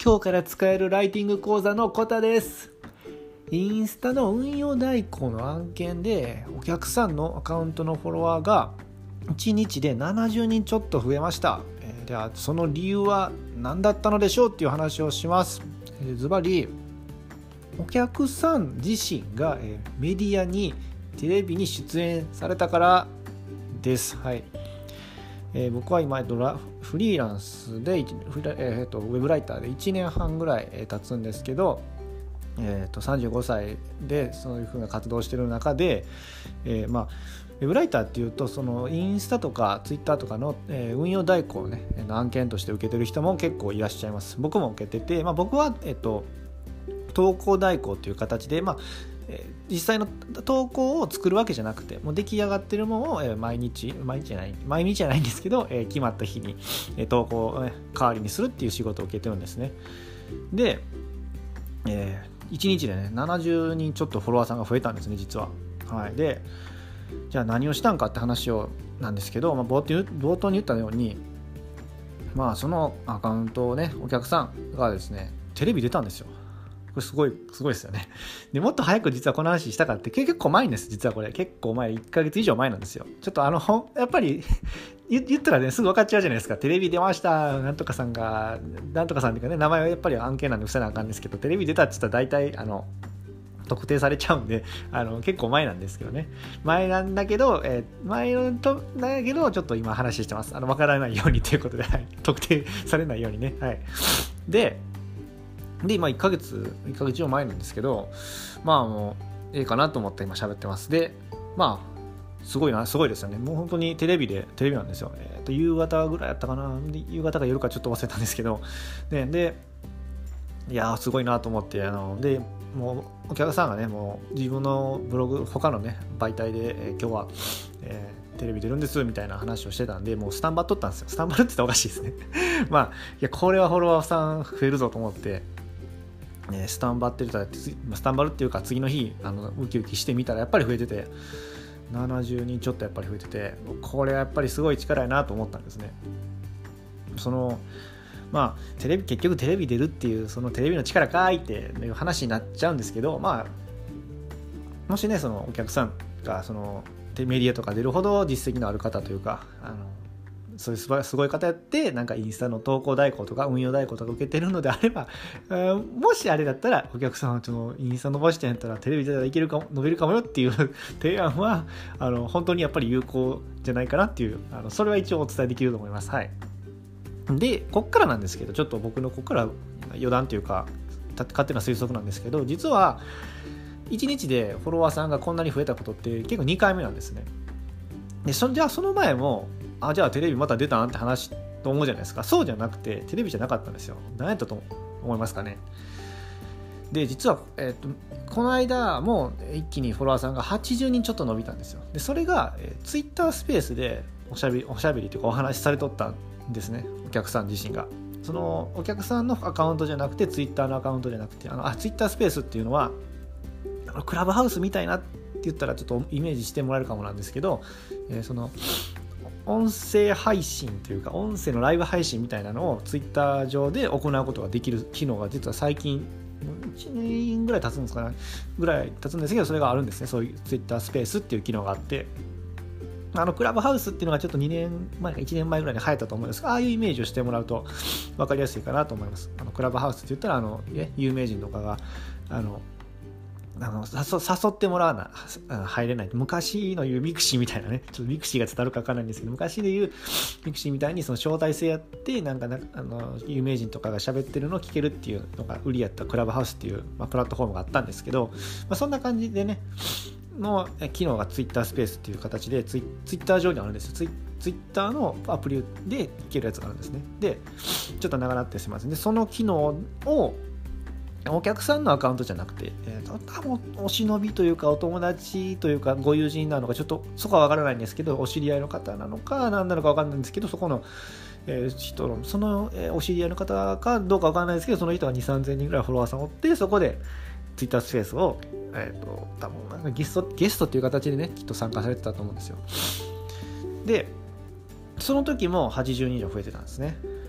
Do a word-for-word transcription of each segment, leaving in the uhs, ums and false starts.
今日から使えるライティング講座のコタです。インスタの運用代行の案件でお客さんのアカウントのフォロワーがいちにちでななじゅうにんちょっと増えました。えー、ではその理由は何だったのでしょうっていう話をします。えー、ズバリお客さん自身が、えー、メディアにテレビに出演されたからです。はい。えー、僕は今ドラフリーランスで、えー、とウェブライターでいちねんはんぐらい経つんですけど、えー、とさんじゅうごさいでそういう風な活動をしている中で、えーまあ、ウェブライターっていうとそのインスタとかツイッターとかの、えー、運用代行を、ね、案件として受けてる人も結構いらっしゃいます。僕も受けてて、まあ、僕は、えー、と投稿代行という形で、まあ実際の投稿を作るわけじゃなくて、もう出来上がってるものを毎日毎日じゃない毎日じゃないんですけど、えー、決まった日に投稿を、ね、代わりにするっていう仕事を受けてるんですね。で、えー、いちにちでねななじゅうにんちょっとフォロワーさんが増えたんですね、実は。はい。で、じゃあ何をしたんかって話をなんですけど、まあ、冒頭、冒頭に言ったように、まあそのアカウントをねお客さんがですねテレビ出たんですよ。これすごいすごいですよね。でもっと早く実はこの話したかって結構前です。実はこれ結構前いっかげつ以上前なんですよ。ちょっとあのやっぱり言ったらねすぐ分かっちゃうじゃないですか。テレビ出ましたなんとかさんがなんとかさんっていうかね名前はやっぱり案件なんで伏せなあかんですけど、テレビ出たって言ったら大体あの特定されちゃうんで、あの結構前なんですけどね。前なんだけど、えー、前のとだけどちょっと今話してます。あの分からないようにということで、はい、特定されないようにね。はい。で。で今いっかげついっかげつ以上前なんですけど、まあもうええかなと思って今喋ってます。でまあすごいなすごいですよね。もう本当にテレビでテレビなんですよ。えー、と夕方ぐらいやったかな。で夕方か夜かちょっと忘れたんですけど、ででいやすごいなと思って、あのでもうお客さんがねもう自分のブログ他のね媒体で、えー、今日は、えー、テレビ出るんですみたいな話をしてたんで、もうスタンバっとったんですよ。スタンバるって言ったらおかしいですね。まあいやこれはフォロワーさん増えるぞと思って。スタンバってるとスタンバるっていうか次の日あのウキウキしてみたらやっぱり増えててななじゅうにんちょっとやっぱり増えてて、これはやっぱりすごい力やなと思ったんですね。そのまあテレビ結局テレビ出るっていうそのテレビの力かいっていう話になっちゃうんですけど、まあもしねそのお客さんがそのメディアとか出るほど実績のある方というかあのそういうすごい方やってなんかインスタの投稿代行とか運用代行とか受けてるのであれば、もしあれだったらお客さんはそのインスタ伸ばしてんやったらテレビ出たらいけるかも伸びるかもよっていう提案はあの本当にやっぱり有効じゃないかなっていう、あのそれは一応お伝えできると思います。はい。でこっからなんですけど、ちょっと僕のここから余談というか勝手な推測なんですけど、実はいちにちでフォロワーさんがこんなに増えたことって結構にかいめなんですね。でそじゃあその前もあじゃあテレビまた出たんって話と思うじゃないですか。そうじゃなくてテレビじゃなかったんですよ。何やったと思いますかね。で実は、えー、とこの間も一気にフォロワーさんがはちじゅうにんちょっと伸びたんですよ。でそれが、えー、ツイッタースペースでおしゃべりおしゃべりというかお話しされとったんですね、お客さん自身が。そのお客さんのアカウントじゃなくてツイッターのアカウントじゃなくてあのあツイッタースペースっていうのはあのクラブハウスみたいなって言ったらちょっとイメージしてもらえるかもなんですけど、えー、その音声配信というか音声のライブ配信みたいなのをツイッター上で行うことができる機能が実は最近いちねんぐらい経つんですかねぐらい経つんですけど、それがあるんですね。そういうツイッタースペースっていう機能があって、あのクラブハウスっていうのがちょっとにねんまえかいちねんまえぐらいに流行ったと思うんですが、ああいうイメージをしてもらうと分かりやすいかなと思います。あのクラブハウスって言ったらあの有名人とかがあのあの誘ってもらわな入れない、昔の言うミクシーみたいなね、ちょっとミクシーが伝わるか分からないんですけど、昔で言うミクシーみたいにその招待制やってなんかあの有名人とかが喋ってるのを聞けるっていうのが売りやったクラブハウスっていう、まあ、プラットフォームがあったんですけど、まあ、そんな感じでねの機能がツイッタースペースっていう形でツイッター上にあるんですよ。ツイツイッターのアプリで聞けるやつがあるんですね。でちょっと長なってすみません。でその機能をお客さんのアカウントじゃなくて、えー、と多分お忍びというかお友達というかご友人なのかちょっとそこは分からないんですけど、お知り合いの方なのか何なのか分からないんですけど、そこの、えー、人のその、えー、お知り合いの方かどうか分からないですけど、その人がにせんさんぜんにんぐらいフォロワーさんおって、そこでツイッタースペースを、えー、と多分なんかゲストゲストっていう形でねきっと参加されてたと思うんですよ。でその時もはちじゅうにん以上増えてたんですね。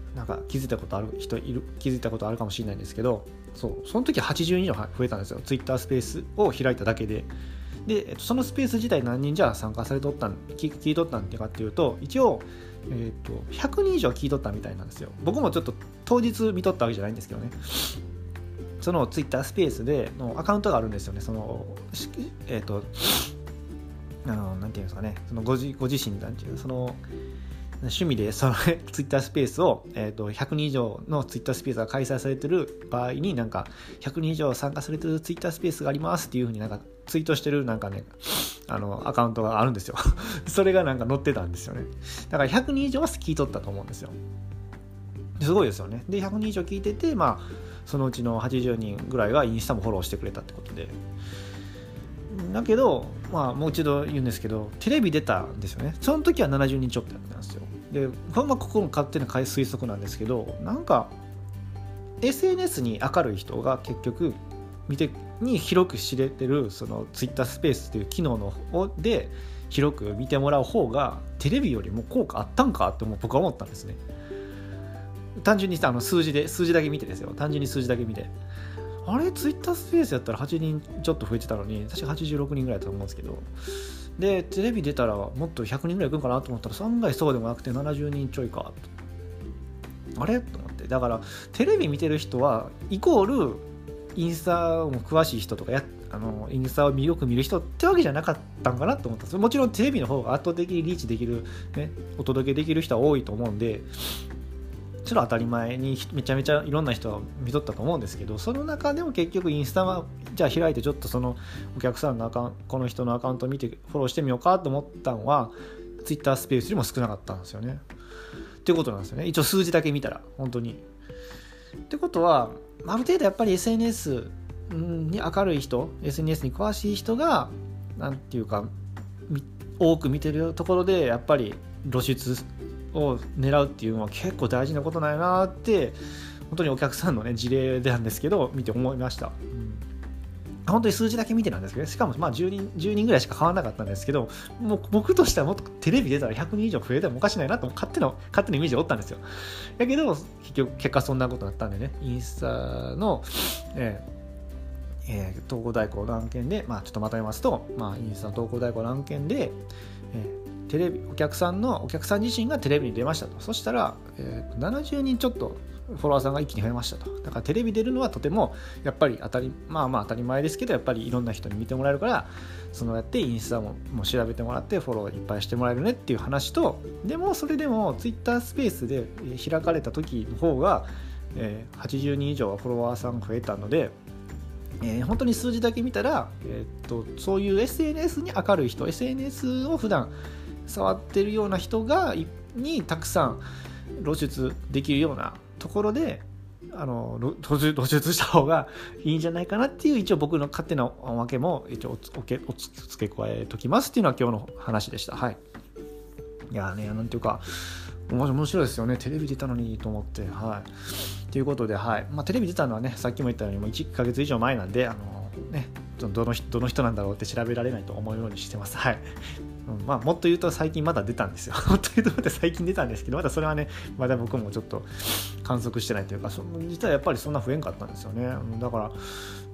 なんか気づいたことある人いる気づいたことあるかもしれないんですけど、そうその時はちじゅうにん以上増えたんですよ。ツイッタースペースを開いただけで。でそのスペース自体何人じゃ参加されとったん聞, 聞いとったんってかっていうと、一応、えー、とひゃくにん以上聞いとったみたいなんですよ。僕もちょっと当日見とったわけじゃないんですけどね。そのツイッタースペースでのアカウントがあるんですよね。そのえっ、ー、とあのなんていうんですかね、そのご自ご自身なんていうその趣味でそのツイッタースペースを、えー、とひゃくにん以上のツイッタースペースが開催されてる場合に、なんかひゃくにん以上参加されてるツイッタースペースがありますっていう風になんかツイートしてるなんかね、あのアカウントがあるんですよ。それがなんか載ってたんですよね。だからひゃくにん以上は聞いとったと思うんですよ。すごいですよね。でひゃくにん以上聞いてて、まあそのうちのはちじゅうにんぐらいがインスタもフォローしてくれたってことで、だけど、まあ、もう一度言うんですけど、テレビ出たんですよね。その時はななじゅうにんちょっとやったんですよ。で、ほんまここも勝手な推測なんですけど、なんか エスエヌエス に明るい人が結局見てに広く知れてるその Twitter スペースっていう機能ので広く見てもらう方がテレビよりも効果あったんかって僕は思ったんですね。単純にあの数字で数字だけ見てですよ。単純に数字だけ見て。あれツイッタースペースやったらはちにんちょっと増えてたのに、確かはちじゅうろくにんぐらいだと思うんですけど、でテレビ出たらもっとひゃくにんぐらいいくんかなと思ったら案外そうでもなくてななじゅうにんちょいか、あれと思って。だからテレビ見てる人はイコールインスタも詳しい人とかやあのインスタをよく見る人ってわけじゃなかったんかなと思ったんです。もちろんテレビの方が圧倒的にリーチできる、ね、お届けできる人は多いと思うんで、それは当たり前にめちゃめちゃいろんな人は見とったと思うんですけど、その中でも結局インスタはじゃあ開いてちょっとそのお客さんのアカウント、この人のアカウントを見てフォローしてみようかと思ったのはツイッタースペースよりも少なかったんですよね。っていうことなんですよね。一応数字だけ見たら本当に。ってことはある程度やっぱり エスエヌエス に明るい人、 エスエヌエス に詳しい人がなんていうか多く見てるところでやっぱり露出を狙うっていうのは結構大事なことなんやなって本当にお客さんのね事例なんですけど見て思いました、うん、本当に数字だけ見てなんですけど、しかもまあじゅうにん、じゅうにんぐらいしか変わらなかったんですけど、もう僕としてはもっとテレビ出たらひゃくにん以上増えてもおかしないなと勝手な勝手なイメージを負ったんですよ。だけど結局結果そんなことになったんでね、インスタの、えーえー、投稿代行の案件で、まあ、ちょっとまとめますと、まあ、インスタの投稿代行の案件で、えーテレビお客さんのお客さん自身がテレビに出ましたと。そしたら、えー、ななじゅうにんちょっとフォロワーさんが一気に増えましたと。だからテレビ出るのはとてもやっぱり当たりまあまあ当たり前ですけど、やっぱりいろんな人に見てもらえるから、そのやってインスタももう調べてもらってフォローいっぱいしてもらえるねっていう話と、でもそれでもツイッタースペースで開かれた時の方が、えー、はちじゅうにん以上フォロワーさんが増えたので、えー、本当に数字だけ見たら、えー、っとそういう エスエヌエス に明るい人、 エスエヌエス を普段触ってるような人がにたくさん露出できるようなところであの露出、露出した方がいいんじゃないかなっていう、一応僕の勝手なおまけも一応おけお付け加えときますっていうのは今日の話でした。はい。いやね、なんていうか面白いですよね。テレビ出たのにと思って、はい。ということで、はい。まあテレビ出たのはね、さっきも言ったようにもういっかげつ以上前なんで、あのね、どの人どの人なんだろうって調べられないと思うようにしてます。はい。うん、まあもっと言うと最近まだ出たんですよ。もっと言うと最近出たんですけど、まだそれはね、まだ僕もちょっと観測してないというか、そ実はやっぱりそんな増えんかったんですよね。だから、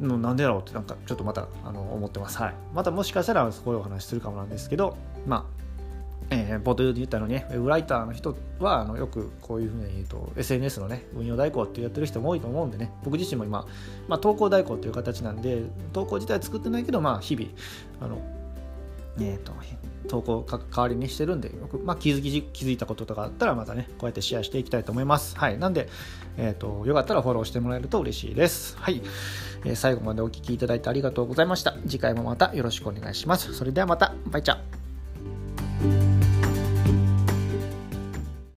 うん、なんでだろうってなんかちょっとまたあの思ってます。はい。またもしかしたらそういうお話するかもなんですけど、まあ。えー、冒頭で言ったのにね、ウェブライターの人はあのよくこういうふうに言うと エスエヌエス のね運用代行ってやってる人も多いと思うんでね、僕自身も今、まあ、投稿代行っていう形なんで投稿自体は作ってないけど、まあ日々あの、えー、と投稿代わりにしてるんで、まあ、気づき気づいたこととかあったらまたねこうやってシェアしていきたいと思います。はい。なんで、えー、とよかったらフォローしてもらえると嬉しいです。はい。えー、最後までお聞きいただいてありがとうございました。次回もまたよろしくお願いします。それではまた、バイチャー。